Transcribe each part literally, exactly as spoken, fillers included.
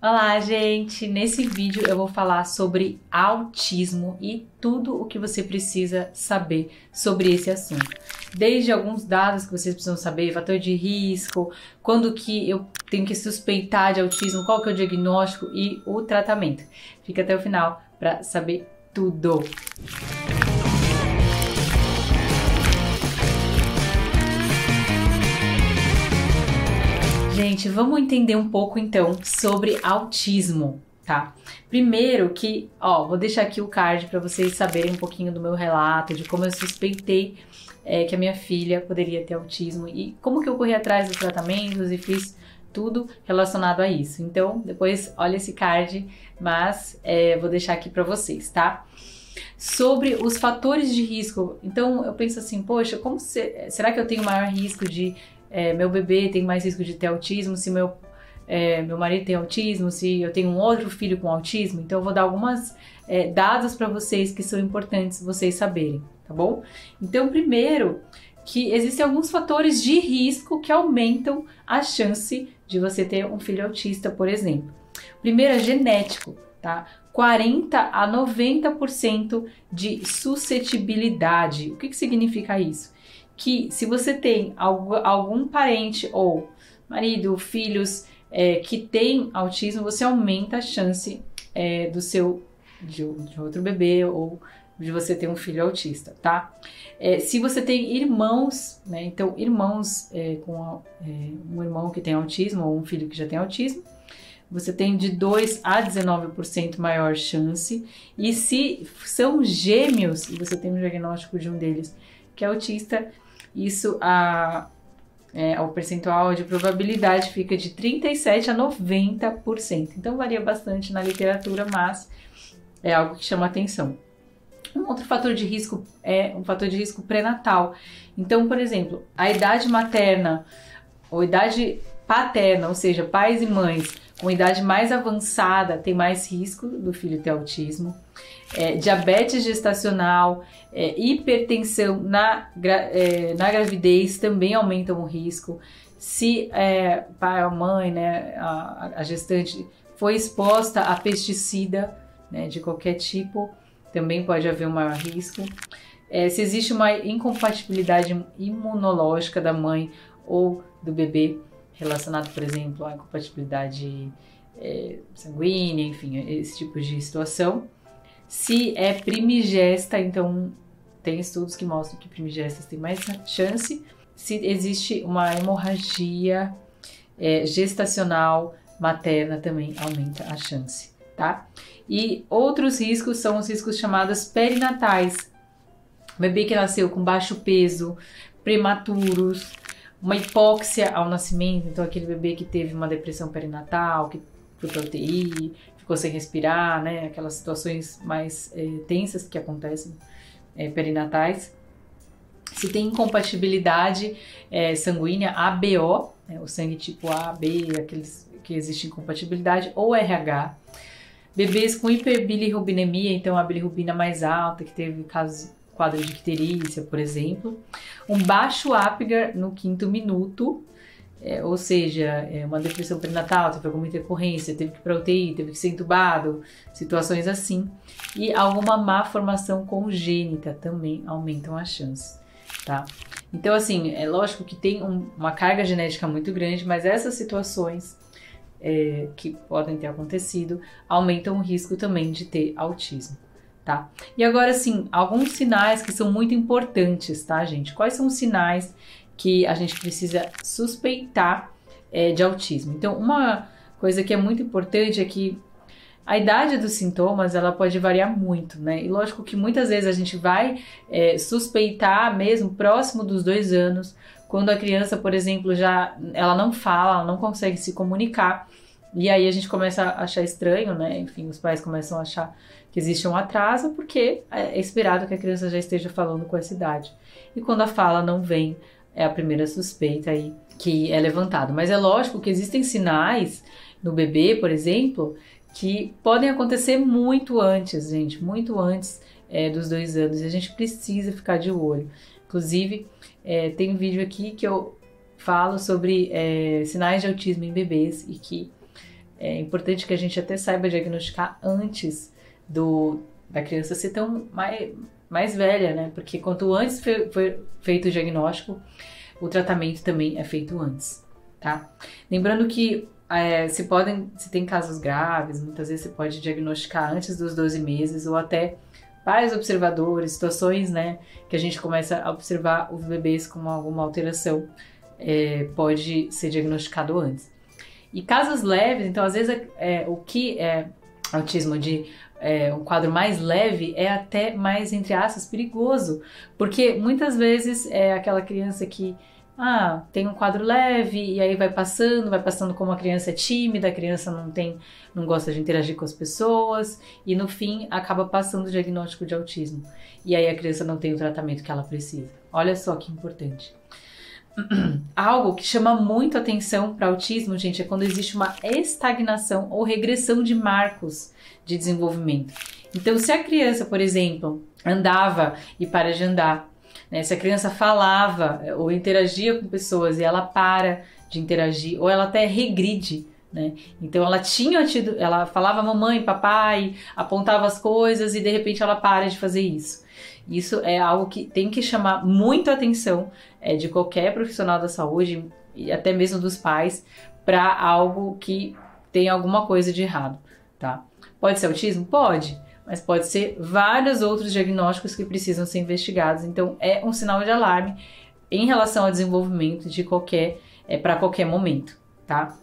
Olá, gente! Nesse vídeo eu vou falar sobre autismo e tudo o que você precisa saber sobre esse assunto. Desde alguns dados que vocês precisam saber, fator de risco, quando que eu tenho que suspeitar de autismo, qual que é o diagnóstico e o tratamento. Fica até o final para saber tudo! Gente, vamos entender um pouco então sobre autismo, tá? Primeiro que, ó, vou deixar aqui o card para vocês saberem um pouquinho do meu relato, de como eu suspeitei é, que a minha filha poderia ter autismo e como que eu corri atrás dos tratamentos e fiz tudo relacionado a isso. Então, depois olha esse card, mas é, vou deixar aqui para vocês, tá? Sobre os fatores de risco, então eu penso assim, poxa, como se, será que eu tenho maior risco de É, meu bebê tem mais risco de ter autismo, se meu, é, meu marido tem autismo, se eu tenho um outro filho com autismo. Então eu vou dar algumas é, dados para vocês que são importantes vocês saberem, tá bom? Então primeiro que existem alguns fatores de risco que aumentam a chance de você ter um filho autista, por exemplo. Primeiro é genético, tá? quarenta a noventa por cento de suscetibilidade. O que que significa isso? Que se você tem algum parente ou marido, filhos é, que tem autismo, você aumenta a chance é, do seu de, de outro bebê ou de você ter um filho autista, tá? É, se você tem irmãos, né? Então irmãos é, com é, um irmão que tem autismo ou um filho que já tem autismo, você tem de dois a dezenove por cento maior chance. E se são gêmeos e você tem um diagnóstico de um deles que é autista, isso, a, é, o percentual de probabilidade fica de trinta e sete a noventa por cento. Então varia bastante na literatura, mas é algo que chama atenção. Um outro fator de risco é um fator de risco pré-natal. Então, por exemplo, a idade materna ou idade paterna, ou seja, pais e mães com idade mais avançada tem mais risco do filho ter autismo. É, diabetes gestacional, é, hipertensão na, é, na gravidez também aumentam o risco. Se é, pai ou mãe, né, a, a gestante foi exposta a pesticida, né, de qualquer tipo, também pode haver um maior risco. É, se existe uma incompatibilidade imunológica da mãe ou do bebê, relacionado, por exemplo, à incompatibilidade é, sanguínea, enfim, esse tipo de situação. Se é primigesta, então tem estudos que mostram que primigestas têm mais chance. Se existe uma hemorragia é, gestacional materna, também aumenta a chance, tá? E outros riscos são os riscos chamados perinatais. Bebê que nasceu com baixo peso, prematuros, uma hipóxia ao nascimento, então aquele bebê que teve uma depressão perinatal, que foi para U T I, ficou sem respirar, né? Aquelas situações mais é, tensas que acontecem é, perinatais. Se tem incompatibilidade é, sanguínea, A B O, né? O sangue tipo A, B, aqueles que existe incompatibilidade, ou R H. Bebês com hiperbilirrubinemia, então a bilirrubina mais alta, que teve casos quadro de icterícia, por exemplo. Um baixo Apgar no quinto minuto, é, ou seja, é uma depressão perinatal, teve alguma intercorrência, teve que ir para U T I, teve que ser entubado, situações assim. E alguma má formação congênita também aumentam as chances, tá? Então, assim, é lógico que tem um, uma carga genética muito grande, mas essas situações é, que podem ter acontecido aumentam o risco também de ter autismo. Tá? E agora sim, alguns sinais que são muito importantes, tá, gente? Quais são os sinais que a gente precisa suspeitar é, de autismo? Então, uma coisa que é muito importante é que a idade dos sintomas, ela pode variar muito, né? E lógico que muitas vezes a gente vai é, suspeitar mesmo próximo dos dois anos, quando a criança, por exemplo, já ela não fala, ela não consegue se comunicar. E aí a gente começa a achar estranho, né? Enfim, os pais começam a achar que existe um atraso, porque é esperado que a criança já esteja falando com essa idade. E quando a fala não vem, é a primeira suspeita aí que é levantada. Mas é lógico que existem sinais no bebê, por exemplo, que podem acontecer muito antes, gente, muito antes é, dos dois anos. E a gente precisa ficar de olho. Inclusive, é, tem um vídeo aqui que eu falo sobre é, sinais de autismo em bebês e que é importante que a gente até saiba diagnosticar antes do, da criança ser tão mais, mais velha, né? Porque quanto antes foi, foi feito o diagnóstico, o tratamento também é feito antes, tá? Lembrando que é, se, podem, se tem casos graves, muitas vezes você pode diagnosticar antes dos doze meses ou até pais observadores, situações, né, que a gente começa a observar os bebês com alguma alteração, é, pode ser diagnosticado antes. E casos leves, então às vezes é, o que é autismo de é, um quadro mais leve é até mais, entre aspas, perigoso, porque muitas vezes é aquela criança que ah, tem um quadro leve e aí vai passando, vai passando como a criança é tímida, a criança não tem, não gosta de interagir com as pessoas e no fim acaba passando o diagnóstico de autismo. E aí a criança não tem o tratamento que ela precisa. Olha só que importante. Algo que chama muito atenção para autismo, gente, é quando existe uma estagnação ou regressão de marcos de desenvolvimento. Então, se a criança, por exemplo, andava e para de andar, né? Se a criança falava ou interagia com pessoas e ela para de interagir, ou ela até regride, né? Então ela tinha tido, ela falava mamãe, papai, apontava as coisas e de repente ela para de fazer isso. Isso é algo que tem que chamar muito a atenção é, de qualquer profissional da saúde e até mesmo dos pais para algo que tem alguma coisa de errado, tá? Pode ser autismo? Pode. Mas pode ser vários outros diagnósticos que precisam ser investigados. Então, é um sinal de alarme em relação ao desenvolvimento de qualquer, é, para qualquer momento, tá?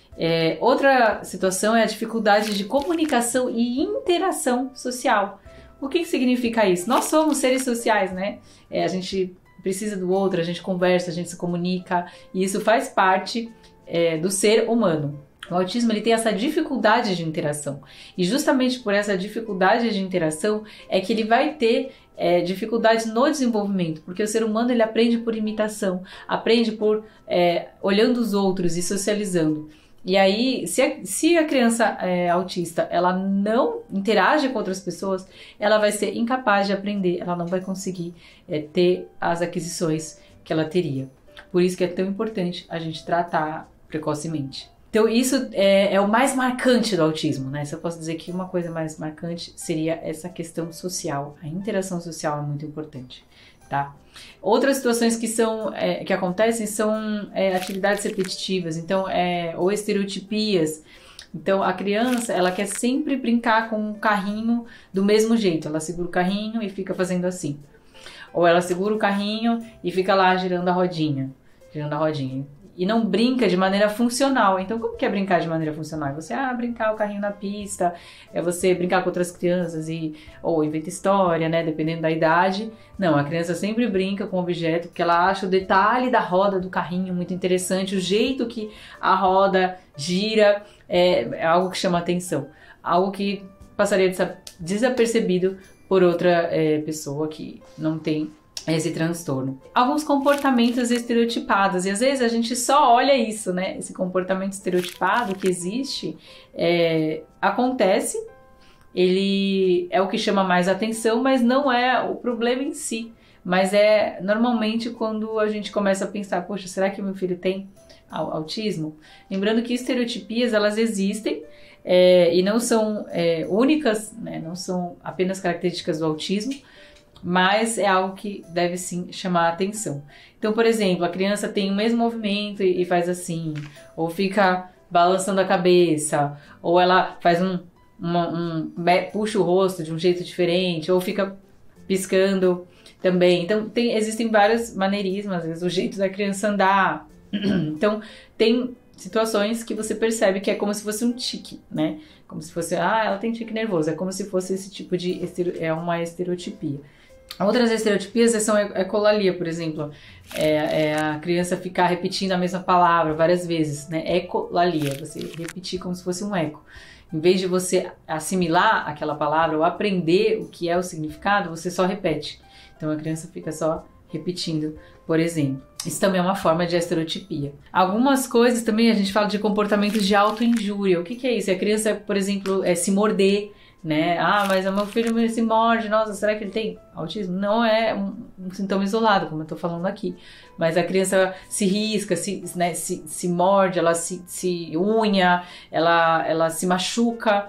É, outra situação é a dificuldade de comunicação e interação social. O que, que significa isso? Nós somos seres sociais, né? É, a gente precisa do outro, a gente conversa, a gente se comunica, e isso faz parte é, do ser humano. O autismo ele tem essa dificuldade de interação e justamente por essa dificuldade de interação é que ele vai ter é, dificuldades no desenvolvimento, porque o ser humano ele aprende por imitação, aprende por é, olhando os outros e socializando. E aí, se a, se a criança é, autista ela não interage com outras pessoas, ela vai ser incapaz de aprender, ela não vai conseguir é, ter as aquisições que ela teria. Por isso que é tão importante a gente tratar precocemente. Então isso é, é o mais marcante do autismo, né? Se eu posso dizer que uma coisa mais marcante seria essa questão social. A interação social é muito importante, tá? Outras situações que são é, que acontecem são é, atividades repetitivas, então é, ou estereotipias. Então a criança ela quer sempre brincar com o carrinho do mesmo jeito. Ela segura o carrinho e fica fazendo assim. Ou ela segura o carrinho e fica lá girando a rodinha, girando a rodinha. E não brinca de maneira funcional. Então, como que é brincar de maneira funcional? É você, ah, brincar o carrinho na pista, é você brincar com outras crianças e ou inventa história, né? Dependendo da idade. Não, a criança sempre brinca com o objeto porque ela acha o detalhe da roda do carrinho muito interessante, o jeito que a roda gira é, é algo que chama atenção. Algo que passaria desapercebido por outra é, pessoa que não tem esse transtorno. Alguns comportamentos estereotipados, e às vezes a gente só olha isso, né? Esse comportamento estereotipado que existe, é, acontece, ele é o que chama mais atenção, mas não é o problema em si. Mas é normalmente quando a gente começa a pensar, poxa, será que meu filho tem autismo? Lembrando que estereotipias, elas existem, é, e não são é, únicas, né? Não são apenas características do autismo, mas é algo que deve sim chamar a atenção. Então, por exemplo, a criança tem o mesmo movimento e faz assim, ou fica balançando a cabeça, ou ela faz um, uma, um puxa o rosto de um jeito diferente, ou fica piscando também. Então, tem, existem vários maneirismos, às vezes o jeito da criança andar. Então, tem situações que você percebe que é como se fosse um tique, né? Como se fosse, ah, ela tem tique nervoso, é como se fosse esse tipo de, é uma estereotipia. Outras estereotipias são ecolalia, por exemplo, é, é a criança ficar repetindo a mesma palavra várias vezes, né? Ecolalia, você repetir como se fosse um eco. Em vez de você assimilar aquela palavra ou aprender o que é o significado, você só repete. Então a criança fica só repetindo, por exemplo. Isso também é uma forma de estereotipia. Algumas coisas também a gente fala de comportamentos de autoinjúria. O que, que é isso? A criança, por exemplo, é se morder, né? Ah, mas o meu filho se morde, nossa, será que ele tem autismo? Não é um, um sintoma isolado, como eu tô falando aqui. Mas a criança se risca, se, né, se, se morde, ela se, se unha, ela, ela se machuca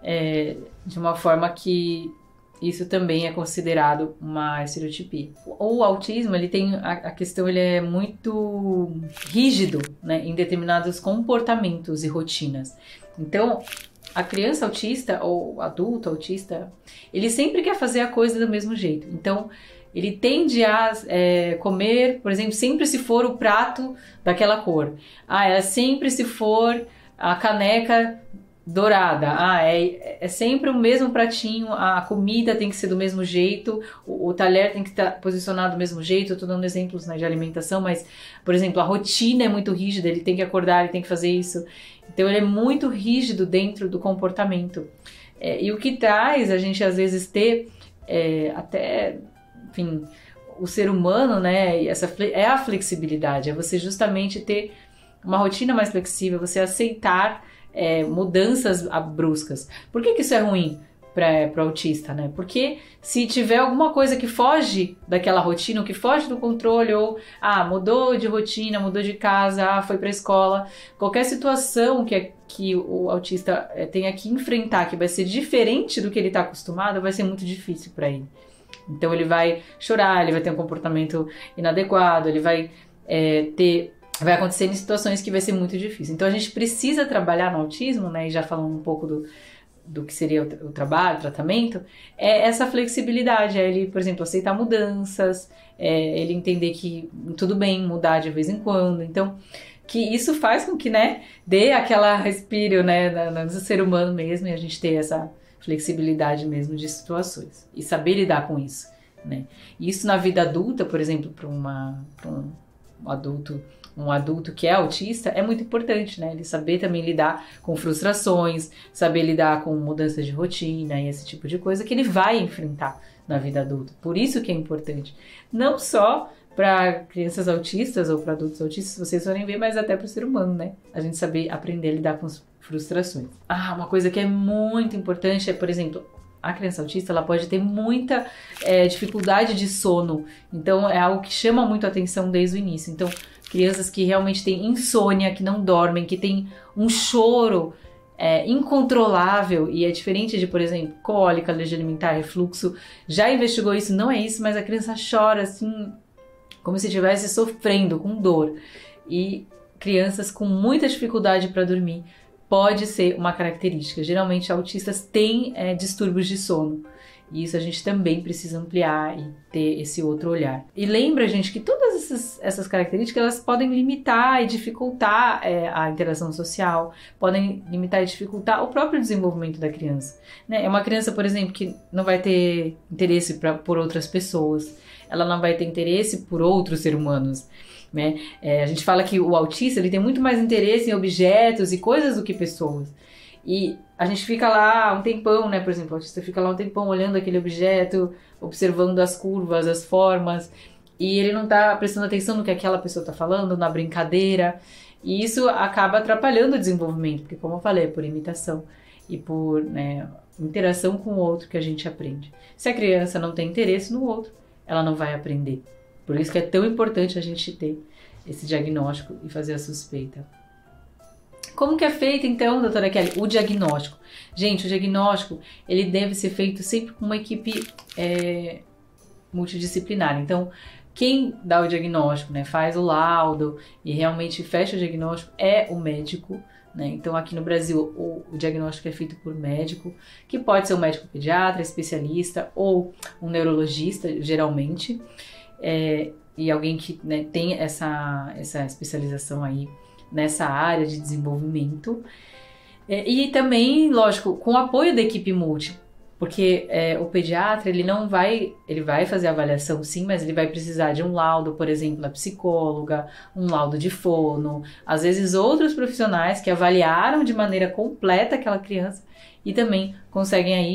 é, de uma forma que isso também é considerado uma estereotipia. O autismo, ele tem a, a questão, ele é muito rígido, né, em determinados comportamentos e rotinas. Então, a criança autista ou adulto autista, ele sempre quer fazer a coisa do mesmo jeito. Então, ele tende a é, comer, por exemplo, sempre se for o prato daquela cor. Ah, é sempre se for a caneca dourada. Ah, é, é sempre o mesmo pratinho, a comida tem que ser do mesmo jeito, o, o talher tem que estar posicionado do mesmo jeito. Eu tô dando exemplos, né, de alimentação, mas, por exemplo, a rotina é muito rígida, ele tem que acordar, ele tem que fazer isso. Então, ele é muito rígido dentro do comportamento. É, e o que traz a gente, às vezes, ter é, até, enfim, o ser humano, né, essa, é a flexibilidade, é você justamente ter uma rotina mais flexível, você aceitar É, mudanças bruscas. Por que que isso é ruim para o autista, né? Porque se tiver alguma coisa que foge daquela rotina, que foge do controle, ou ah, mudou de rotina, mudou de casa, ah, foi para a escola, qualquer situação que, que o autista é, tenha que enfrentar, que vai ser diferente do que ele está acostumado, vai ser muito difícil para ele. Então ele vai chorar, ele vai ter um comportamento inadequado, ele vai é, ter vai acontecer em situações que vai ser muito difícil. Então a gente precisa trabalhar no autismo, né? E já falando um pouco do, do que seria o, o trabalho, o tratamento, é essa flexibilidade. É ele, por exemplo, aceitar mudanças, é ele entender que tudo bem mudar de vez em quando. Então, que isso faz com que, né, dê aquela respiro, né, no ser humano mesmo, e a gente ter essa flexibilidade mesmo de situações. E saber lidar com isso, né? E isso na vida adulta, por exemplo, para uma, pra um adulto... um adulto que é autista, é muito importante, né? Ele saber também lidar com frustrações, saber lidar com mudanças de rotina e esse tipo de coisa que ele vai enfrentar na vida adulta. Por isso que é importante. Não só para crianças autistas ou para adultos autistas, se vocês forem ver, mas até para o ser humano, né? A gente saber aprender a lidar com as frustrações. Ah, uma coisa que é muito importante é, por exemplo, a criança autista, ela pode ter muita é, dificuldade de sono. Então, é algo que chama muito a atenção desde o início. Então, crianças que realmente têm insônia, que não dormem, que têm um choro é, incontrolável, e é diferente de, por exemplo, cólica, alergia alimentar, refluxo. Já investigou isso? Não é isso, mas a criança chora assim, como se estivesse sofrendo, com dor. E crianças com muita dificuldade para dormir pode ser uma característica. Geralmente, autistas têm é, distúrbios de sono. E isso a gente também precisa ampliar e ter esse outro olhar. E lembra, gente, que todas essas, essas características, elas podem limitar e dificultar é, a interação social, podem limitar e dificultar o próprio desenvolvimento da criança. Né? É uma criança, por exemplo, que não vai ter interesse pra, por outras pessoas, ela não vai ter interesse por outros seres humanos. Né? É, a gente fala que o autista, ele tem muito mais interesse em objetos e coisas do que pessoas. E a gente fica lá um tempão, né? Por exemplo, o autista fica lá um tempão olhando aquele objeto, observando as curvas, as formas, e ele não tá prestando atenção no que aquela pessoa tá falando, na brincadeira, e isso acaba atrapalhando o desenvolvimento, porque, como eu falei, é por imitação e por, né, interação com o outro que a gente aprende. Se a criança não tem interesse no outro, ela não vai aprender. Por isso que é tão importante a gente ter esse diagnóstico e fazer a suspeita. Como que é feito, então, doutora Kelly, o diagnóstico? Gente, o diagnóstico, ele deve ser feito sempre com uma equipe é, multidisciplinar. Então, quem dá o diagnóstico, né, faz o laudo e realmente fecha o diagnóstico é o médico, né? Então, aqui no Brasil, o, o diagnóstico é feito por médico, que pode ser um médico pediatra, especialista ou um neurologista, geralmente, é, e alguém que, né, tem essa, essa especialização aí nessa área de desenvolvimento. É, e também, lógico, com o apoio da equipe multi, porque é, o pediatra, ele não vai, ele vai fazer a avaliação sim, mas ele vai precisar de um laudo, por exemplo, da psicóloga, um laudo de fono, às vezes outros profissionais que avaliaram de maneira completa aquela criança e também conseguem aí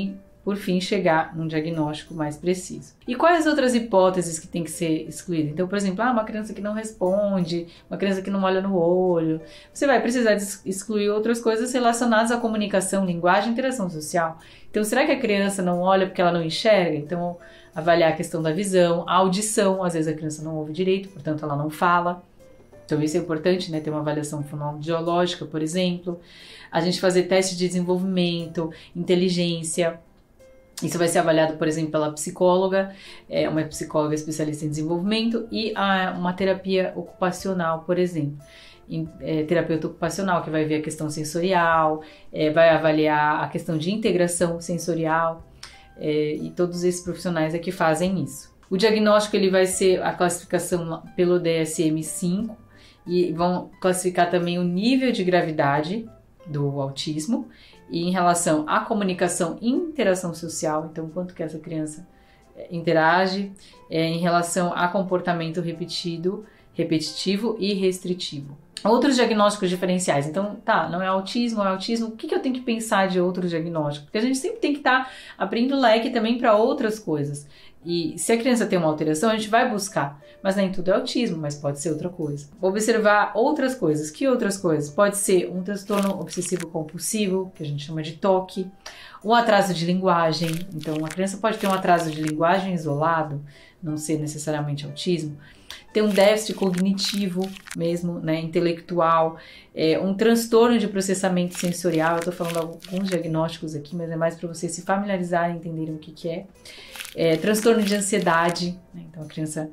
por fim chegar num diagnóstico mais preciso. E quais outras hipóteses que tem que ser excluídas? Então, por exemplo, ah, uma criança que não responde, uma criança que não olha no olho, você vai precisar excluir outras coisas relacionadas à comunicação, linguagem e interação social. Então, será que a criança não olha porque ela não enxerga? Então, avaliar a questão da visão, a audição, às vezes a criança não ouve direito, portanto ela não fala. Então isso é importante, né? Ter uma avaliação fonoaudiológica, por exemplo. A gente fazer teste de desenvolvimento, inteligência. Isso vai ser avaliado, por exemplo, pela psicóloga, é, uma psicóloga especialista em desenvolvimento e a, uma terapia ocupacional, por exemplo. Em, é, terapeuta ocupacional, que vai ver a questão sensorial, é, vai avaliar a questão de integração sensorial, é, e todos esses profissionais é que fazem isso. O diagnóstico ele vai ser a classificação pelo D S M cinco, e vão classificar também o nível de gravidade do autismo e em relação à comunicação e interação social, então quanto que essa criança interage, é, em relação a comportamento repetido, repetitivo e restritivo. Outros diagnósticos diferenciais, então tá, não é autismo, é autismo, o que, que eu tenho que pensar de outro diagnóstico? Porque a gente sempre tem que estar tá abrindo leque também para outras coisas. E se a criança tem uma alteração, a gente vai buscar, mas nem tudo é autismo, mas pode ser outra coisa. Observar outras coisas. Que outras coisas? Pode ser um transtorno obsessivo compulsivo, que a gente chama de toque, um atraso de linguagem. Então, uma criança pode ter um atraso de linguagem isolado, não ser necessariamente autismo. Ter um déficit cognitivo mesmo, né, intelectual, é, um transtorno de processamento sensorial. Eu estou falando alguns diagnósticos aqui, mas é mais para vocês se familiarizarem e entenderem o que, que é. É, transtorno de ansiedade, né? Então a criança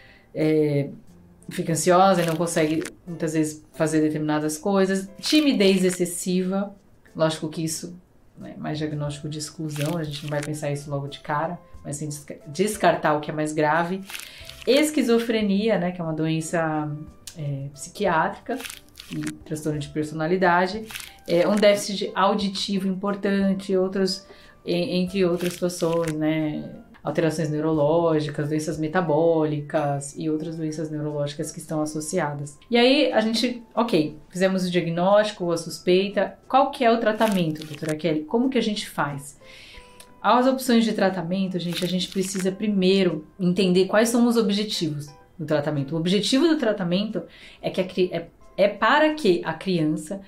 é, fica ansiosa e não consegue muitas vezes fazer determinadas coisas. Timidez excessiva, lógico que isso é mais diagnóstico de exclusão, a gente não vai pensar isso logo de cara, mas sem descartar o que é mais grave. Esquizofrenia, né, que é uma doença é, psiquiátrica e transtorno de personalidade. É, um déficit auditivo importante, outros, entre outras situações, né, alterações neurológicas, doenças metabólicas e outras doenças neurológicas que estão associadas. E aí a gente, ok, fizemos o diagnóstico, a suspeita, qual que é o tratamento, doutora Kelly? Como que a gente faz? As opções de tratamento, gente, a gente precisa primeiro entender quais são os objetivos do tratamento. O objetivo do tratamento é, que a, é, é para que a criança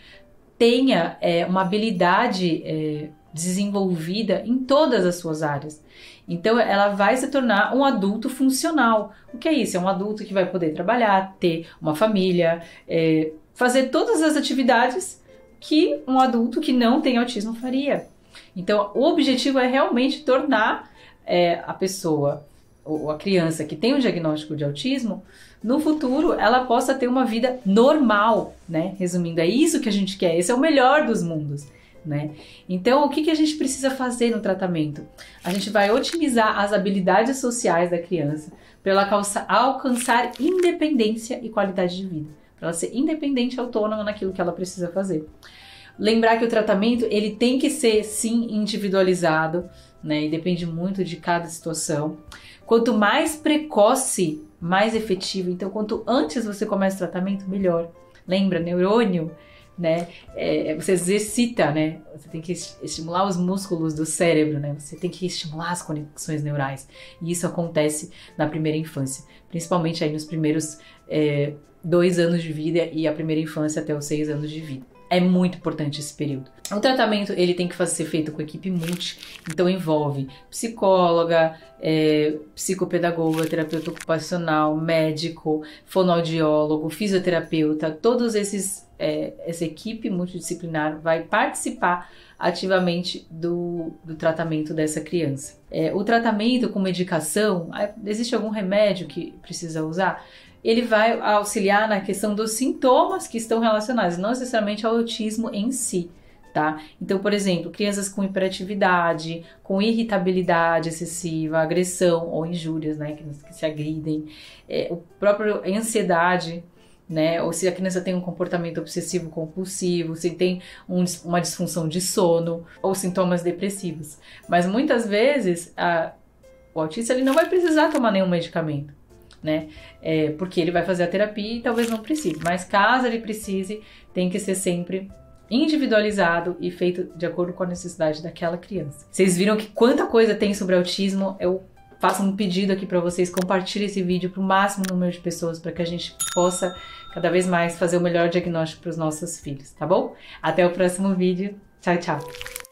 tenha é, uma habilidade é, desenvolvida em todas as suas áreas. Então, ela vai se tornar um adulto funcional. O que é isso? É um adulto que vai poder trabalhar, ter uma família, é, fazer todas as atividades que um adulto que não tem autismo faria. Então, o objetivo é realmente tornar é, a pessoa, ou a criança que tem um diagnóstico de autismo, no futuro ela possa ter uma vida normal, né? Resumindo, é isso que a gente quer, esse é o melhor dos mundos, né? Então, o que, que a gente precisa fazer no tratamento? A gente vai otimizar as habilidades sociais da criança para ela alcançar independência e qualidade de vida, para ela ser independente e autônoma naquilo que ela precisa fazer. Lembrar que o tratamento ele tem que ser sim individualizado, né? E depende muito de cada situação. Quanto mais precoce, mais efetivo. Então, quanto antes você começa o tratamento, melhor. Lembra, neurônio, né? É, você exercita, né? Você tem que estimular os músculos do cérebro, né? Você tem que estimular as conexões neurais. E isso acontece na primeira infância, principalmente aí nos primeiros é, dois anos de vida e a primeira infância até os seis anos de vida. É muito importante esse período. O tratamento ele tem que ser feito com equipe multi, então envolve psicóloga, é, psicopedagoga, terapeuta ocupacional, médico, fonoaudiólogo, fisioterapeuta. Todos esses é, essa equipe multidisciplinar vai participar ativamente do, do tratamento dessa criança. É, o tratamento com medicação, existe algum remédio que precisa usar? Ele vai auxiliar na questão dos sintomas que estão relacionados, não necessariamente ao autismo em si, tá? Então, por exemplo, crianças com hiperatividade, com irritabilidade excessiva, agressão ou injúrias, né, que, que se agridem, é, o próprio ansiedade, né, ou se a criança tem um comportamento obsessivo compulsivo, se tem um, uma disfunção de sono ou sintomas depressivos. Mas muitas vezes a, o autista ele não vai precisar tomar nenhum medicamento, né? É, porque ele vai fazer a terapia e talvez não precise, mas caso ele precise, tem que ser sempre individualizado e feito de acordo com a necessidade daquela criança. Vocês viram que quanta coisa tem sobre autismo? Eu faço um pedido aqui para vocês, compartilhem esse vídeo para o máximo número de pessoas, para que a gente possa cada vez mais fazer o melhor diagnóstico para os nossos filhos, tá bom? Até o próximo vídeo. Tchau, tchau!